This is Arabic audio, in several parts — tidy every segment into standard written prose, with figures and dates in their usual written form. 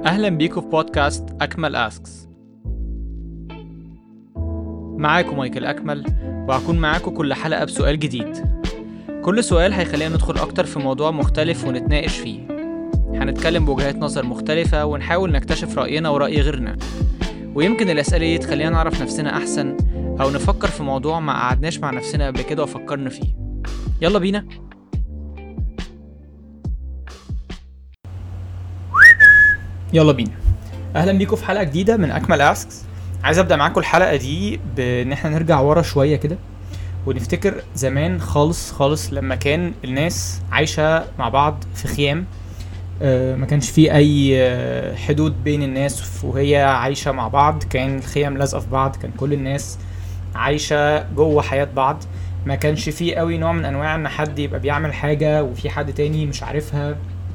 أهلا بيكم في بودكاست أكمل أسكس. معاكم مايكل أكمل، وهكون معاكم كل حلقة بسؤال جديد. كل سؤال هيخلينا ندخل أكتر في موضوع مختلف ونتناقش فيه. هنتكلم بوجهات نظر مختلفة ونحاول نكتشف رأينا ورأي غيرنا، ويمكن الأسئلة دي تخلينا نعرف نفسنا أحسن أو نفكر في موضوع ما قعدناش مع نفسنا قبل كده وفكرنا فيه. يلا بينا. يلا بينا. اهلا بيكم في حلقه جديده من اكمل اسكس. عايز ابدا معاكم الحلقه دي بان احنا نرجع ورا شويه كده ونفتكر زمان خالص لما كان الناس عايشه مع بعض في خيام. ما كانش فيه اي حدود بين الناس وهي عايشه مع بعض، كان الخيام لازقه في بعض، كان كل الناس عايشه جوه حياه بعض. ما كانش فيه قوي نوع من انواع ان حد يبقى بيعمل حاجه وفي حد تاني مش عارفها،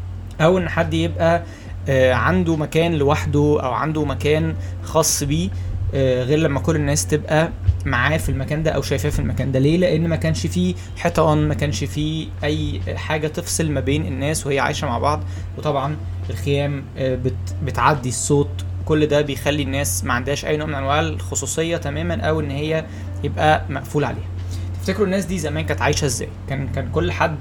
او ان حد يبقى عنده مكان لوحده او عنده مكان خاص بيه، غير لما كل الناس تبقى معاه في المكان ده او شايفاه في المكان ده. ليه؟ لان ما كانش فيه حيطان، ما كانش فيه اي حاجه تفصل ما بين الناس وهي عايشه مع بعض. وطبعا الخيام بتعدي الصوت، كل ده بيخلي الناس ما عندهاش اي نوع من انواع الخصوصيه تماما، او ان هي يبقى مقفول عليها. تفتكروا الناس دي زمان كانت عايشه ازاي؟ كان كل حد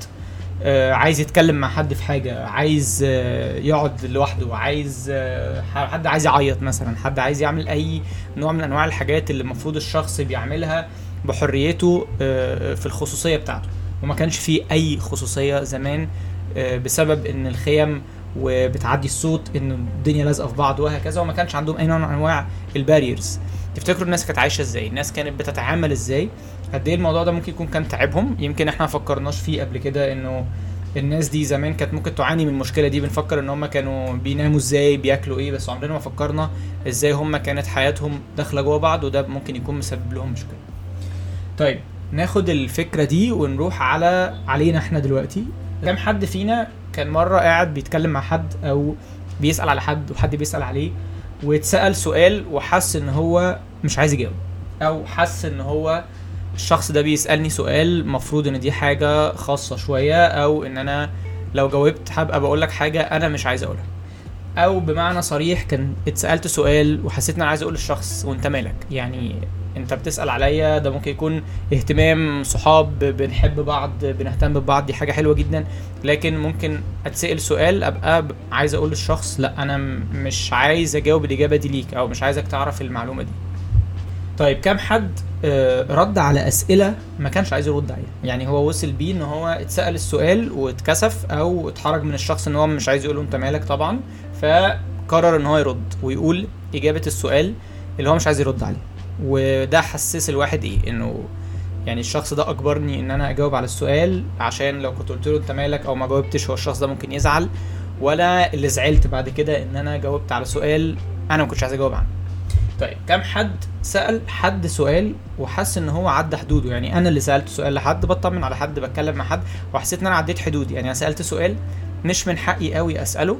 عايز يتكلم مع حد في حاجة، عايز يقعد لوحده، عايز حد عايز يعيط مثلا، حد عايز يعمل اي نوع من انواع الحاجات اللي المفروض الشخص بيعملها بحريته في الخصوصية بتاعته. وما كانش فيه اي خصوصية زمان بسبب ان الخيم وبتعدي الصوت، ان الدنيا لازقة في بعض وهكذا، وما كانش عندهم اي نوع من انواع الباريرز. تفتكروا الناس كانت عايشة ازاي؟ الناس كانت بتتعامل ازاي؟ قد ايه الموضوع ده ممكن يكون كان تعبهم؟ يمكن احنا فكرناش فيه قبل كده، انه الناس دي زمان كانت ممكن تعاني من المشكله دي. بنفكر ان هم كانوا بيناموا ازاي، بياكلوا ايه، بس عمرنا ما فكرنا ازاي هم كانت حياتهم داخله جوه بعض، وده ممكن يكون مسبب لهم مشكله. طيب ناخد الفكره دي ونروح علينا احنا دلوقتي. كم حد فينا كان مره قاعد بيتكلم مع حد او بيسال على حد وحد بيسال عليه، واتسال سؤال وحس ان هو مش عايز يجاوب، او حس ان هو الشخص ده بيسألني سؤال مفروض ان دي حاجة خاصة شوية، او ان انا لو جاوبت هبقى بقولك حاجة انا مش عايز اقولها، او بمعنى صريح كان اتسألت سؤال وحسيت ان انا عايز اقول للشخص وانت مالك؟ يعني انت بتسأل عليا، ده ممكن يكون اهتمام صحاب، بنحب بعض، بنهتم ببعض، دي حاجة حلوة جدا. لكن ممكن اتسأل سؤال ابقى عايز اقول للشخص لا انا مش عايز اجاوب الاجابة دي ليك، او مش عايزك تعرف المعلومة دي. طيب كم حد رد على اسئله ما كانش عايز يرد عليها؟ يعني هو وصل بيه ان هو اتسال السؤال واتكسف او اتحرج من الشخص ان هو مش عايز يقوله انت مالك طبعا، فقرر ان هو يرد ويقول اجابه السؤال اللي هو مش عايز يرد عليه. وده حسس الواحد ايه؟ انه يعني الشخص ده اجبرني ان انا اجاوب على السؤال، عشان لو كنت قلت له انت مالك او ما جاوبتش هو الشخص ده ممكن يزعل، ولا اللي زعلت بعد كده ان انا جاوبت على سؤال انا ما كنتش عايز اجاوب عنه. طيب كم حد سأل حد سؤال وحس ان هو عدى حدوده؟ يعني انا اللي سألت سؤال لحد، بطمن على حد، بتكلم مع حد، وحسيت ان انا عديت حدودي. يعني انا سألت سؤال مش من حقي قوي اسأله،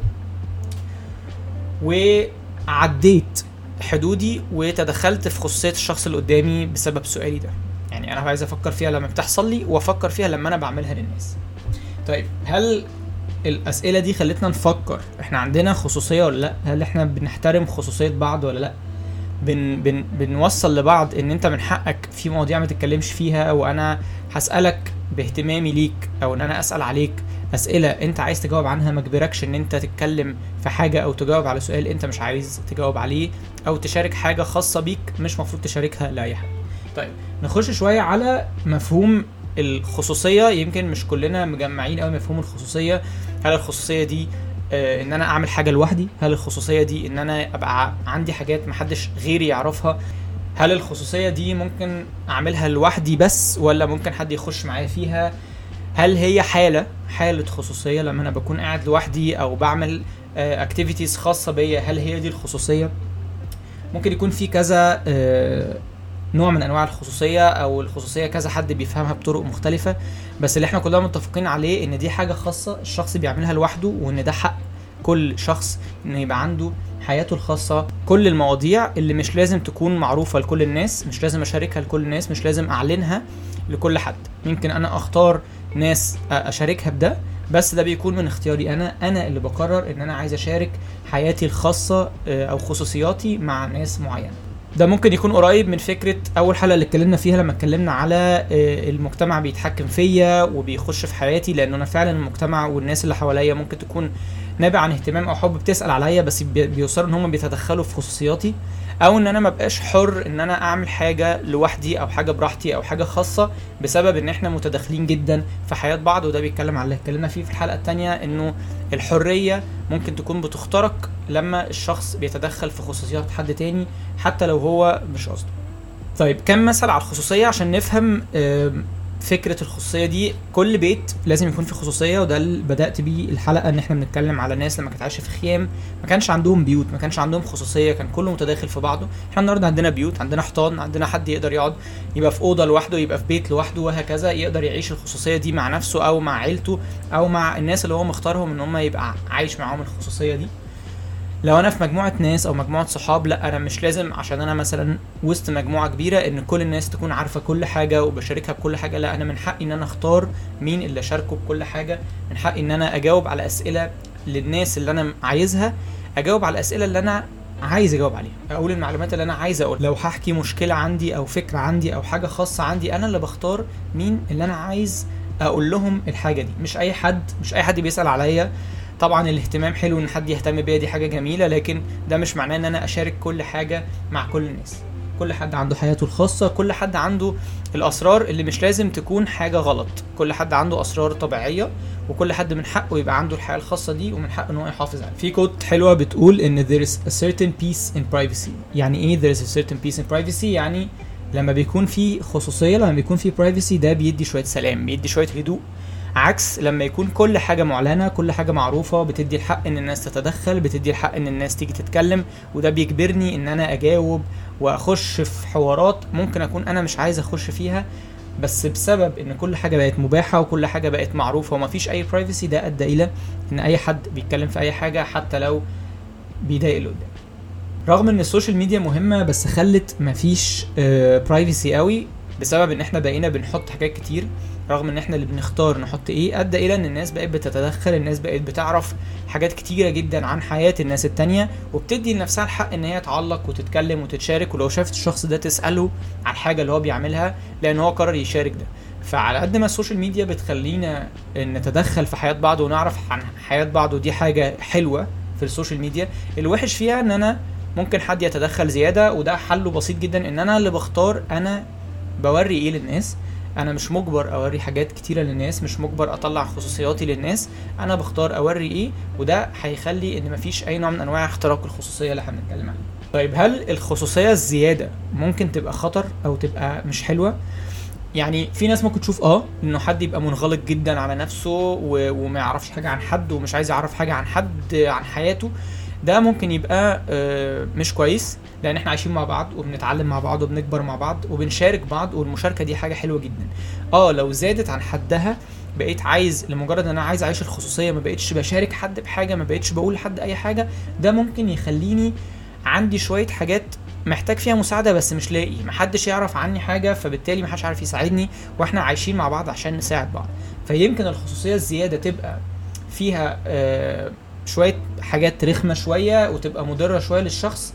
وعديت حدودي وتدخلت في خصوصية الشخص اللي قدامي بسبب سؤالي ده. يعني انا عايز افكر فيها لما بتحصل لي، وافكر فيها لما انا بعملها للناس. طيب هل الاسئلة دي خلتنا نفكر احنا عندنا خصوصية ولا لا؟ هل احنا بنحترم خصوصية بعض ولا لا؟ بنوصل لبعض ان انت من حقك في مواضيع ما تتكلمش فيها، وانا هسألك باهتمامي ليك، او ان انا اسأل عليك اسئلة انت عايز تجاوب عنها، ما اجبركش ان انت تتكلم في حاجة او تجاوب على سؤال انت مش عايز تجاوب عليه، او تشارك حاجة خاصة بيك مش مفروض تشاركها لاي حد. طيب نخش شوية على مفهوم الخصوصية. يمكن مش كلنا مجمعين قوي مفهوم الخصوصية. هل الخصوصية دي ان انا اعمل حاجة لوحدي؟ هل الخصوصية دي ان انا ابقى عندي حاجات محدش غيري يعرفها؟ هل الخصوصية دي ممكن اعملها لوحدي بس، ولا ممكن حد يخش معايا فيها؟ هل هي حالة خصوصية لما انا بكون قاعد لوحدي او بعمل اكتيفيتيز خاصة بيا؟ هل هي دي الخصوصية؟ ممكن يكون في كذا نوع من انواع الخصوصية، او الخصوصية كذا حد بيفهمها بطرق مختلفة، بس اللي احنا كلنا متفقين عليه ان دي حاجة خاصة الشخص بيعملها لوحده، وان ده حق كل شخص انه يبقى عنده حياته الخاصة. كل المواضيع اللي مش لازم تكون معروفة لكل الناس، مش لازم اشاركها لكل الناس، مش لازم اعلنها لكل حد. ممكن انا اختار ناس اشاركها بده، بس ده بيكون من اختياري انا اللي بقرر ان انا عايز اشارك حياتي الخاصة او خصوصياتي مع ناس معينة. ده ممكن يكون قريب من فكرة اول حلقة اللي اتكلمنا فيها لما اتكلمنا على المجتمع بيتحكم فيا وبيخش في حياتي، لانه انا فعلا المجتمع والناس اللي حواليا ممكن تكون نابع عن اهتمام او حب بتسأل عليا، بس بيوصلوا ان هم بيتدخلوا في خصوصياتي، او ان انا ما بقاش حر ان انا اعمل حاجة لوحدي او حاجة براحتي او حاجة خاصة، بسبب ان احنا متداخلين جدا في حياة بعض. وده بيتكلم على اللي اتكلمنا فيه في الحلقة التانية، انه الحرية ممكن تكون بتخترق لما الشخص بيتدخل في خصوصيات حد تاني حتى لو هو مش قصده. طيب كم مثل على الخصوصية عشان نفهم فكرة الخصوصية دي. كل بيت لازم يكون فيه خصوصية، وده اللي بدأت بيه الحلقة، ان احنا بنتكلم على ناس لما كانت عايشة في خيام ما كانش عندهم بيوت، ما كانش عندهم خصوصية، كان كله متداخل في بعضه. احنا النهارده عندنا بيوت، عندنا حيطان، عندنا حد يقدر يقعد يبقى في أوضة لوحده، يبقى في بيت لوحده، وهكذا يقدر يعيش الخصوصية دي مع نفسه او مع عيلته او مع الناس اللي هو مختارهم ان هم يبقى عايش معاهم الخصوصية دي. لو انا في مجموعة ناس او مجموعة صحاب، لا انا مش لازم عشان انا مثلا وسط مجموعة كبيرة ان كل الناس تكون عارفة كل حاجة وبشاركها بكل حاجة. لا، انا من حقي ان انا اختار مين اللي اشاركه بكل حاجة، من حقي ان انا اجاوب على اسئلة للناس اللي انا عايزها، اجاوب على الاسئلة اللي انا عايز اجاوب عليها، اقول المعلومات اللي انا عايز اقول. لو هحكي مشكلة عندي او فكرة عندي او حاجة خاصة عندي، انا اللي بختار مين اللي انا عايز اقول لهم الحاجة دي، مش اي حد بيسأل عليا. طبعا الاهتمام حلو ان حد يهتم بيا، دي حاجة جميلة، لكن ده مش معناه ان انا اشارك كل حاجة مع كل الناس. كل حد عنده حياته الخاصة، كل حد عنده الاسرار اللي مش لازم تكون حاجة غلط، كل حد عنده اسرار طبيعية، وكل حد من حقه يبقى عنده الحياة الخاصة دي، ومن حقه ان هو يحافظ عليها. في كوت حلوة بتقول ان there is a certain peace in privacy. يعني ايه there is a certain peace in privacy؟ يعني لما بيكون في خصوصية، لما بيكون في privacy، ده بيدي شوية سلام، بيدي شوية هدوء، عكس لما يكون كل حاجة معلنة، كل حاجة معروفة، بتدي الحق ان الناس تتدخل، بتدي الحق ان الناس تيجي تتكلم، وده بيجبرني ان انا اجاوب واخش في حوارات ممكن اكون انا مش عايز اخش فيها، بس بسبب ان كل حاجة بقت مباحة وكل حاجة بقت معروفة ومفيش اي برايفسي، ده ادى الى ان اي حد بيتكلم في اي حاجة حتى لو بيضايق اللي قدام. رغم ان السوشيال ميديا مهمة، بس خلت مفيش برايفسي قوي، بسبب ان احنا بقينا بنحط حاجات كتير، رغم ان احنا اللي بنختار نحط ايه، ادى الى ان الناس بقت بتتدخل، الناس بقت بتعرف حاجات كتيرة جدا عن حياة الناس التانية، وبتدي لنفسها الحق ان هي تعلق وتتكلم وتتشارك، ولو شافت الشخص ده تسأله عن حاجة اللي هو بيعملها، لان هو قرر يشارك ده. فعلى قد ما السوشيال ميديا بتخلينا نتدخل في حياة بعض ونعرف عن حياة بعض، ودي حاجة حلوة في السوشيال ميديا، الوحش فيها ان انا ممكن حد يتدخل زيادة، وده حله بسيط جدا، ان انا اللي بختار انا بوري ايه للناس. انا مش مجبر اوري حاجات كتيرة للناس، مش مجبر اطلع خصوصياتي للناس، انا بختار اوري ايه، وده هيخلي ان مفيش اي نوع من انواع اختراق الخصوصية اللي احنا بنتكلم عنها. طيب هل الخصوصية الزيادة ممكن تبقى خطر او تبقى مش حلوة؟ يعني في ناس ممكن تشوف انه حد يبقى منغلق جدا على نفسه وما يعرفش حاجة عن حد، ومش عايز يعرف حاجة عن حد عن حياته، ده ممكن يبقى مش كويس، لان احنا عايشين مع بعض وبنتعلم مع بعض وبنكبر مع بعض وبنشارك بعض، والمشاركة دي حاجة حلوة جدا. لو زادت عن حدها، بقيت عايز لمجرد ان انا عايز اعيش الخصوصية، ما بقيتش بشارك حد بحاجة، ما بقيتش بقول لحد اي حاجة، ده ممكن يخليني عندي شوية حاجات محتاج فيها مساعدة بس مش لاقي، محدش يعرف عني حاجة، فبالتالي محدش عارف يساعدني، واحنا عايشين مع بعض عشان نساعد بعض. فيمكن الخصوصية الزيادة تبقى فيها شوية حاجات رخمة شوية وتبقى مضرة شوية للشخص،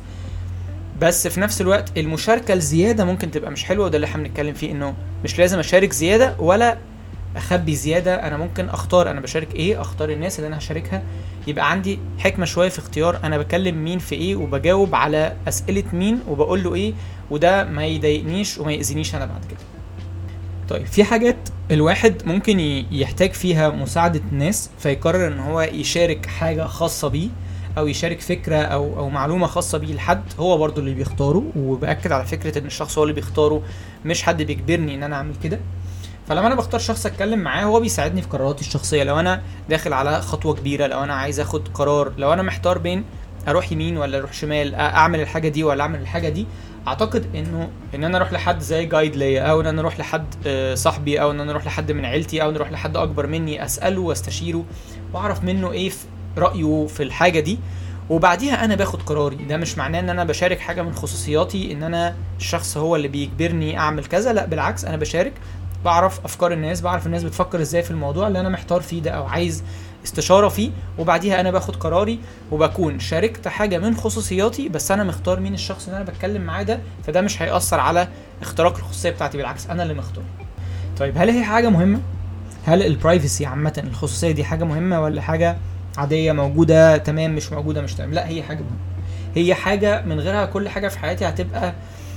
بس في نفس الوقت المشاركة الزيادة ممكن تبقى مش حلوة، وده اللي احنا بنتكلم فيه، انه مش لازم اشارك زيادة ولا اخبي زيادة. انا ممكن اختار انا بشارك ايه، اختار الناس اللي انا هشاركها، يبقى عندي حكمة شوية في اختيار انا بكلم مين في ايه، وبجاوب على اسئلة مين وبقول له ايه، وده ما يضايقنيش وما يأذينيش انا بعد كده. طيب في حاجات الواحد ممكن يحتاج فيها مساعدة الناس، فيقرر ان هو يشارك حاجة خاصة بيه، او يشارك فكرة او معلومة خاصة بيه لحد هو برضو اللي بيختاره. وبأكد على فكرة ان الشخص هو اللي بيختاره، مش حد بيجبرني ان انا اعمل كده. فلما انا بختار شخص اتكلم معاه، هو بيساعدني في قراراتي الشخصية، لو انا داخل على خطوة كبيرة، لو انا عايز اخد قرار، لو انا محتار بين اروح يمين ولا اروح شمال، اعمل الحاجة دي ولا اعمل الحاجة دي، اعتقد ان انا اروح لحد زي جايد ليا، او ان انا اروح لحد صاحبي، او ان انا اروح لحد من عيلتي، او نروح لحد اكبر مني، اساله واستشيره واعرف منه ايه في رايه في الحاجه دي، وبعديها انا باخد قراري. ده مش معناه ان انا بشارك حاجه من خصوصياتي، ان انا الشخص هو اللي بيجبرني اعمل كذا، لا بالعكس، انا بشارك بعرف افكار الناس، بعرف الناس بتفكر ازاي في الموضوع اللي انا محتار فيه ده او عايز استشارة فيه، وبعديها انا باخد قراري وبكون شاركت حاجة من خصوصياتي، بس انا مختار مين الشخص اللي انا بتكلم معاه ده، فده مش هيأثر على اختراق الخصوصية بتاعتي، بالعكس انا اللي مختار. طيب هل هي حاجة مهمة؟ هل البرايفسي عامة الخصوصية دي حاجة مهمة ولا حاجة عادية موجودة تمام مش موجودة مش تمام؟ لا، هي حاجة مهمة. هي حاجة من غيرها كل حاجة في حياتي هتبقى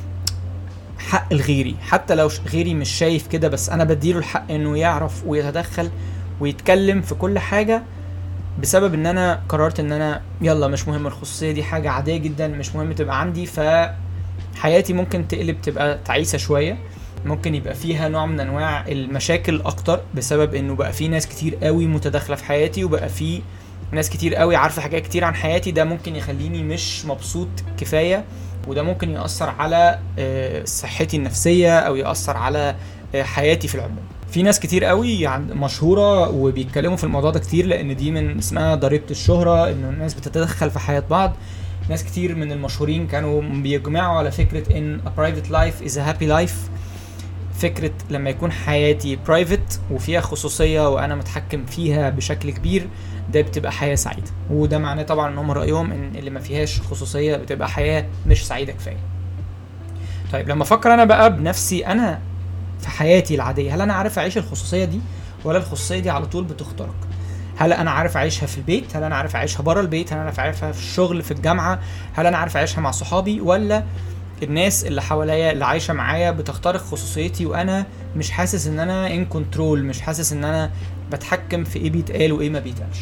حق الغيري، حتى لو غيري مش شايف كده، بس انا بديله الحق انه يعرف ويتدخل ويتكلم في كل حاجة، بسبب ان انا قررت ان انا يلا مش مهم الخصوصية دي، حاجة عادية جدا مش مهم تبقى عندي. فحياتي ممكن تقلب تبقى تعيسة شوية، ممكن يبقى فيها نوع من انواع المشاكل اكتر، بسبب انه بقى في ناس كتير قوي متداخلة في حياتي، وبقى في ناس كتير قوي عارفة حاجات كتير عن حياتي. ده ممكن يخليني مش مبسوط كفاية، وده ممكن يأثر على صحتي النفسية او يأثر على حياتي في العموم. في ناس كتير قوي مشهورة وبيتكلموا في الموضوع ده كتير، لان دي من اسمها ضريبة الشهرة، ان الناس بتتدخل في حياة بعض. ناس كتير من المشهورين كانوا بيجمعوا على فكرة ان a private life is a happy life. فكرة لما يكون حياتي private وفيها خصوصية وانا متحكم فيها بشكل كبير، ده بتبقى حياة سعيدة. وده معناه طبعا ان هم رأيهم ان اللي ما فيهاش خصوصية بتبقى حياة مش سعيدة كفاية. طيب لما افكر انا بقى بنفسي، انا في حياتي العادية هل انا عارف اعيش الخصوصية دي، ولا الخصوصية دي على طول بتخترق؟ هل انا عارف اعيشها في البيت، هل انا عارف اعيشها بره البيت، هل انا عارف اعيشها في الشغل في الجامعة، هل انا عارف اعيشها مع صحابي، ولا الناس اللي حواليا اللي عايشة معايا بتخترق خصوصيتي وانا مش حاسس ان انا ان كنترول، مش حاسس ان انا بتحكم في ايه بيتقال وايه ما بيتقالش؟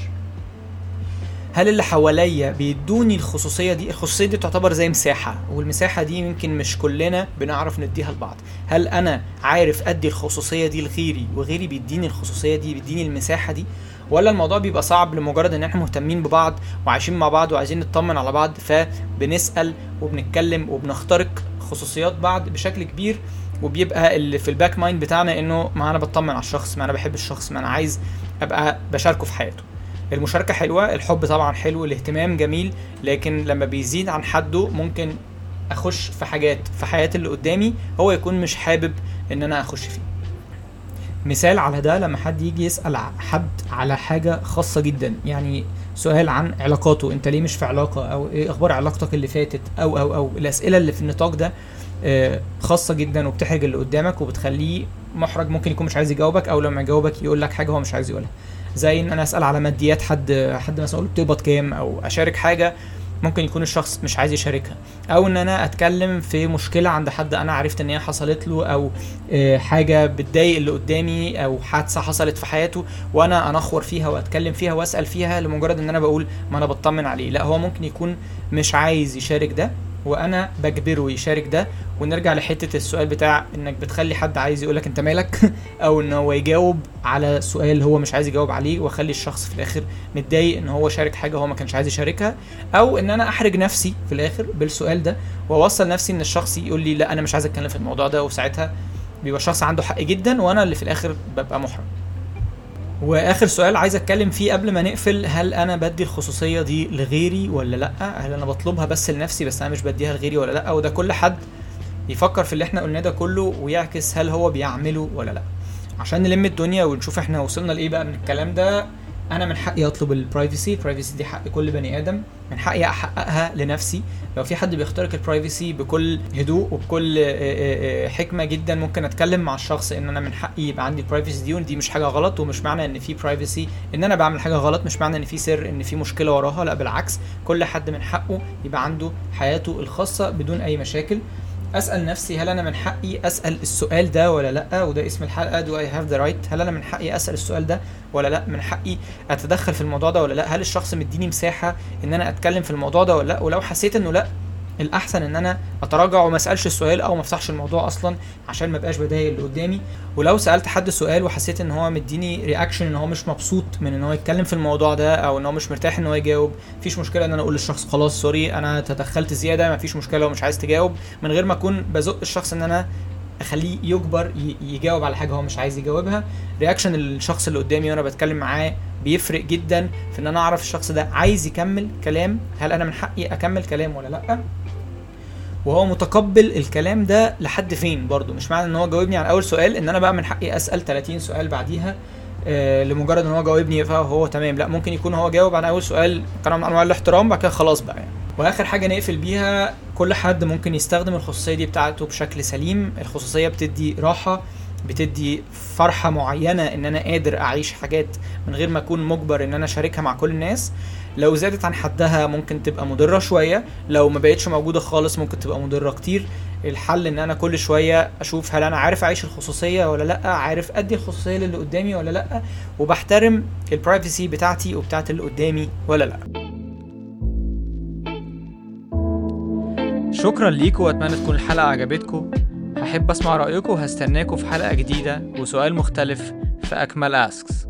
هل اللي حواليا بيدوني الخصوصية دي؟ الخصوصية دي تعتبر زي مساحة، والمساحة دي يمكن مش كلنا بنعرف نديها لبعض. هل انا عارف ادي الخصوصية دي لغيري، وغيري بيديني الخصوصية دي، بيديني المساحة دي؟ ولا الموضوع بيبقى صعب لمجرد ان احنا مهتمين ببعض وعايشين مع بعض وعايزين نطمن على بعض، فبنسأل وبنتكلم وبنخترق خصوصيات بعض بشكل كبير، وبيبقى اللي في الباك مايند بتاعنا انه ما انا بطمن على الشخص، ما انا بحب الشخص، ما انا عايز ابقى بشاركه في حياته. المشاركة حلوة، الحب طبعا حلو، الاهتمام جميل، لكن لما بيزيد عن حده ممكن اخش في حاجات في حياة اللي قدامي هو يكون مش حابب ان انا اخش فيه. مثال على ده لما حد يجي يسأل حد على حاجة خاصة جدا، يعني سؤال عن علاقاته، انت ليه مش في علاقة، او ايه اخبار علاقتك اللي فاتت، او الاسئلة اللي في النطاق ده خاصة جدا وبتحرج اللي قدامك وبتخليه محرج، ممكن يكون مش عايز يجاوبك، او لما يجاوبك يقول لك حاجة هو مش عايز يقولها. زي ان انا اسأل على ماديات حد مثلا اقول بتقبض كام، او اشارك حاجة ممكن يكون الشخص مش عايز يشاركها، او ان انا اتكلم في مشكلة عند حد انا عرفت ان هي حصلت له، او حاجة بتضايق اللي قدامي، او حادثة حصلت في حياته وانا انخور فيها واتكلم فيها واسأل فيها لمجرد ان انا بقول ما انا بطمن عليه. لا، هو ممكن يكون مش عايز يشارك ده وانا بجبره يشارك ده. ونرجع لحتة السؤال بتاع انك بتخلي حد عايز يقولك انت مالك او ان هو يجاوب على سؤال هو مش عايز يجاوب عليه، واخلي الشخص في الاخر متضايق ان هو شارك حاجة هو ما كانش عايز يشاركها، او ان انا احرج نفسي في الاخر بالسؤال ده واوصل نفسي ان الشخص يقول لي لا انا مش عايز اتكلم في الموضوع ده، وساعتها بيبقى الشخص عنده حق جدا وانا اللي في الاخر ببقى محرج. واخر سؤال عايز اتكلم فيه قبل ما نقفل، هل انا بدي الخصوصية دي لغيري ولا لا؟ هل انا بطلبها بس لنفسي بس انا مش بديها لغيري ولا لا؟ وده كل حد يفكر في اللي احنا قلناه ده كله ويعكس هل هو بيعمله ولا لا، عشان نلم الدنيا ونشوف احنا وصلنا لايه بقى من الكلام ده. انا من حقي اطلب البرايفسي دي حق كل بني ادم، من حقي احققها لنفسي. لو في حد بيخترق البرايفسي بكل هدوء وبكل حكمه جدا ممكن اتكلم مع الشخص ان انا من حقي يبقى عندي البرايفسي دي، ودي مش حاجه غلط، ومش معنى ان في برايفسي ان انا بعمل حاجه غلط، مش معنى ان في سر ان في مشكله وراها، لا بالعكس، كل حد من حقه يبقى عنده حياته الخاصه بدون اي مشاكل. اسال نفسي هل انا من حقي اسال السؤال ده ولا لا، وده اسم الحلقه do I have the right. هل انا من حقي اسال السؤال ده ولا لا؟ من حقي اتدخل في الموضوع ده ولا لا؟ هل الشخص مديني مساحه ان انا اتكلم في الموضوع ده ولا لا؟ ولو حسيت انه لا، الاحسن ان انا اتراجع وما اسالش السؤال او ما افتحش الموضوع اصلا عشان ما بقاش بضايق اللي قدامي. ولو سالت حد سؤال وحسيت ان هو مديني رياكشن ان هو مش مبسوط من ان هو يتكلم في الموضوع ده او ان هو مش مرتاح ان هو يجاوب، مفيش مشكله ان انا اقول للشخص خلاص سوري انا تدخلت زياده، مفيش مشكله لو مش عايز تجاوب، من غير ما اكون بزق الشخص ان انا اخليه يجبر يجاوب على حاجه هو مش عايز يجاوبها. رياكشن الشخص اللي قدامي وانا بتكلم معاه بيفرق جدا في ان انا اعرف الشخص ده عايز يكمل كلام، هل انا من حقي اكمل كلام ولا لا. وهو متقبل الكلام ده لحد فين. برضو مش معنى ان هو جاوبني على اول سؤال ان انا بقى من حقي اسال 30 سؤال بعديها لمجرد ان هو جاوبني فهو تمام. لا، ممكن يكون هو جاوب على اول سؤال كنوع من انواع الاحترام، بعد كده خلاص بقى يعني. واخر حاجه نقفل بيها، كل حد ممكن يستخدم الخصوصيه دي بتاعته بشكل سليم. الخصوصيه بتدي راحه، بتدي فرحه معينه ان انا قادر اعيش حاجات من غير ما اكون مجبر ان انا اشاركها مع كل الناس. لو زادت عن حدها ممكن تبقى مضره شويه، لو ما بقتش موجوده خالص ممكن تبقى مضره كتير. الحل ان انا كل شويه اشوف هل انا عارف اعيش الخصوصيه ولا لا، عارف ادي الخصوصيه للي قدامي ولا لا، وبحترم البرايفسي بتاعتي وبتاعت اللي قدامي ولا لا. شكرا ليكم واتمنى تكون الحلقه عجبتكم. هحب اسمع رايكم وهستناكم في حلقه جديده وسؤال مختلف في اكمل اسكس.